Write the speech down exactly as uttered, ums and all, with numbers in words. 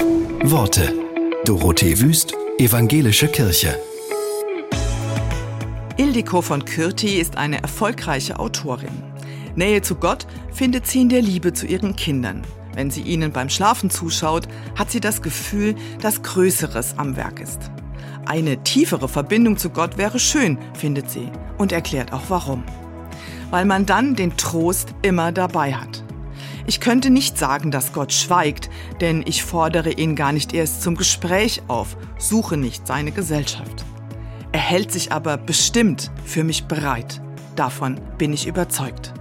Worte. Dorothee Wüst, Evangelische Kirche. Ildiko von Kürti ist eine erfolgreiche Autorin. Nähe zu Gott findet sie in der Liebe zu ihren Kindern. Wenn sie ihnen beim Schlafen zuschaut, hat sie das Gefühl, dass Größeres am Werk ist. Eine tiefere Verbindung zu Gott wäre schön, findet sie, und erklärt auch warum. Weil man dann den Trost immer dabei hat. Ich könnte nicht sagen, dass Gott schweigt, denn ich fordere ihn gar nicht erst zum Gespräch auf, suche nicht seine Gesellschaft. Er hält sich aber bestimmt für mich bereit. Davon bin ich überzeugt.